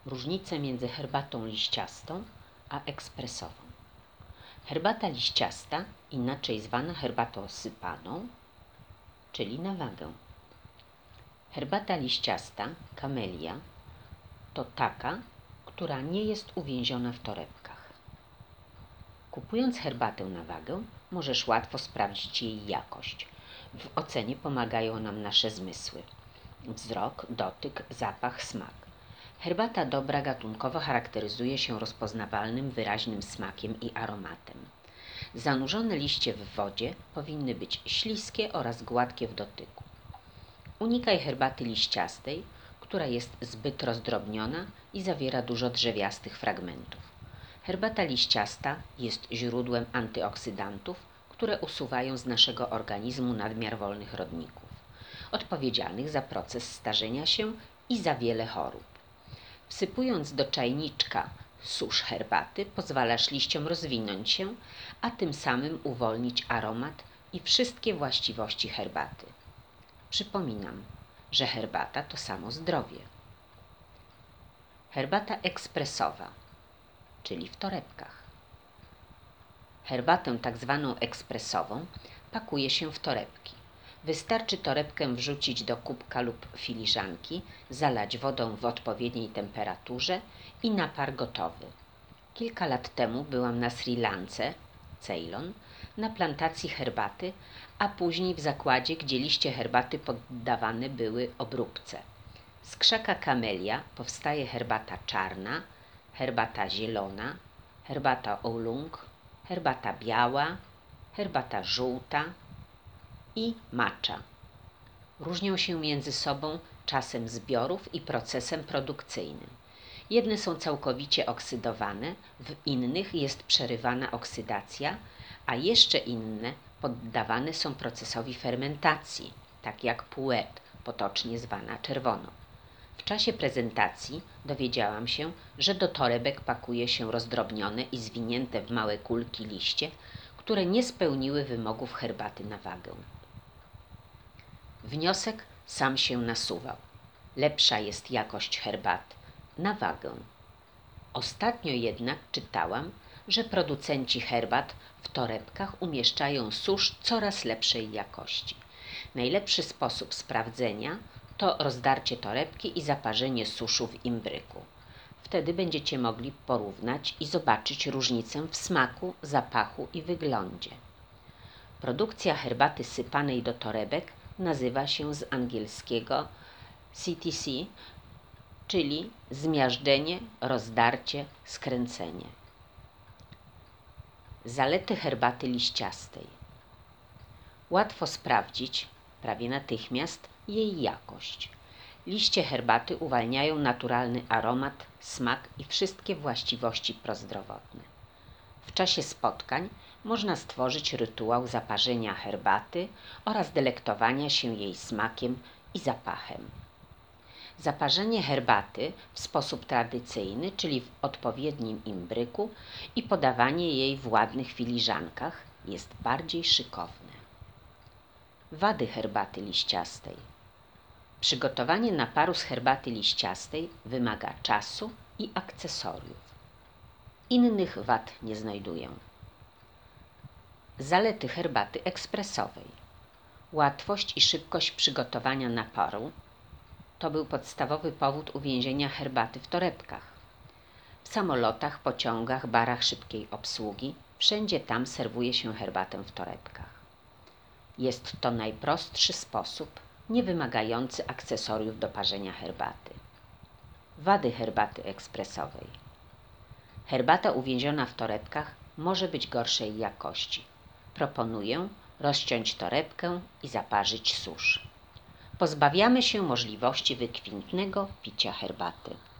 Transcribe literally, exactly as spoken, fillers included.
Różnice między herbatą liściastą a ekspresową. Herbata liściasta, inaczej zwana herbatą sypaną, czyli na wagę. Herbata liściasta, kamelia, to taka, która nie jest uwięziona w torebkach. Kupując herbatę na wagę, możesz łatwo sprawdzić jej jakość. W ocenie pomagają nam nasze zmysły: wzrok, dotyk, zapach, smak. Herbata dobra gatunkowo charakteryzuje się rozpoznawalnym, wyraźnym smakiem i aromatem. Zanurzone liście w wodzie powinny być śliskie oraz gładkie w dotyku. Unikaj herbaty liściastej, która jest zbyt rozdrobniona i zawiera dużo drzewiastych fragmentów. Herbata liściasta jest źródłem antyoksydantów, które usuwają z naszego organizmu nadmiar wolnych rodników, odpowiedzialnych za proces starzenia się i za wiele chorób. Wsypując do czajniczka susz herbaty, pozwalasz liściom rozwinąć się, a tym samym uwolnić aromat i wszystkie właściwości herbaty. Przypominam, że herbata to samo zdrowie. Herbata ekspresowa, czyli w torebkach. Herbatę tak zwaną ekspresową pakuje się w torebki. Wystarczy torebkę wrzucić do kubka lub filiżanki, zalać wodą w odpowiedniej temperaturze i napar gotowy. Kilka lat temu byłam na Sri Lance, Ceylon, na plantacji herbaty, a później w zakładzie, gdzie liście herbaty poddawane były obróbce. Z krzaka kamelia powstaje herbata czarna, herbata zielona, herbata oolong, herbata biała, herbata żółta i matcha. Różnią się między sobą czasem zbiorów i procesem produkcyjnym. Jedne są całkowicie oksydowane, w innych jest przerywana oksydacja, a jeszcze inne poddawane są procesowi fermentacji, tak jak pu'er, potocznie zwana czerwoną. W czasie prezentacji dowiedziałam się, że do torebek pakuje się rozdrobnione i zwinięte w małe kulki liście, które nie spełniły wymogów herbaty na wagę. Wniosek sam się nasuwał. Lepsza jest jakość herbat na wagę. Ostatnio jednak czytałam, że producenci herbat w torebkach umieszczają susz coraz lepszej jakości. Najlepszy sposób sprawdzenia to rozdarcie torebki i zaparzenie suszu w imbryku. Wtedy będziecie mogli porównać i zobaczyć różnicę w smaku, zapachu i wyglądzie. Produkcja herbaty sypanej do torebek nazywa się z angielskiego C T C, czyli zmiażdżenie, rozdarcie, skręcenie. Zalety herbaty liściastej. Łatwo sprawdzić, prawie natychmiast, jej jakość. Liście herbaty uwalniają naturalny aromat, smak i wszystkie właściwości prozdrowotne. W czasie spotkań można stworzyć rytuał zaparzenia herbaty oraz delektowania się jej smakiem i zapachem. Zaparzenie herbaty w sposób tradycyjny, czyli w odpowiednim imbryku, i podawanie jej w ładnych filiżankach jest bardziej szykowne. Wady herbaty liściastej. Przygotowanie naparu z herbaty liściastej wymaga czasu i akcesoriów. Innych wad nie znajduję. Zalety herbaty ekspresowej. Łatwość i szybkość przygotowania naparu to był podstawowy powód uwięzienia herbaty w torebkach. W samolotach, pociągach, barach szybkiej obsługi, wszędzie tam serwuje się herbatę w torebkach. Jest to najprostszy sposób, nie wymagający akcesoriów do parzenia herbaty. Wady herbaty ekspresowej. Herbata uwięziona w torebkach może być gorszej jakości. Proponuję rozciąć torebkę i zaparzyć susz. Pozbawiamy się możliwości wykwintnego picia herbaty.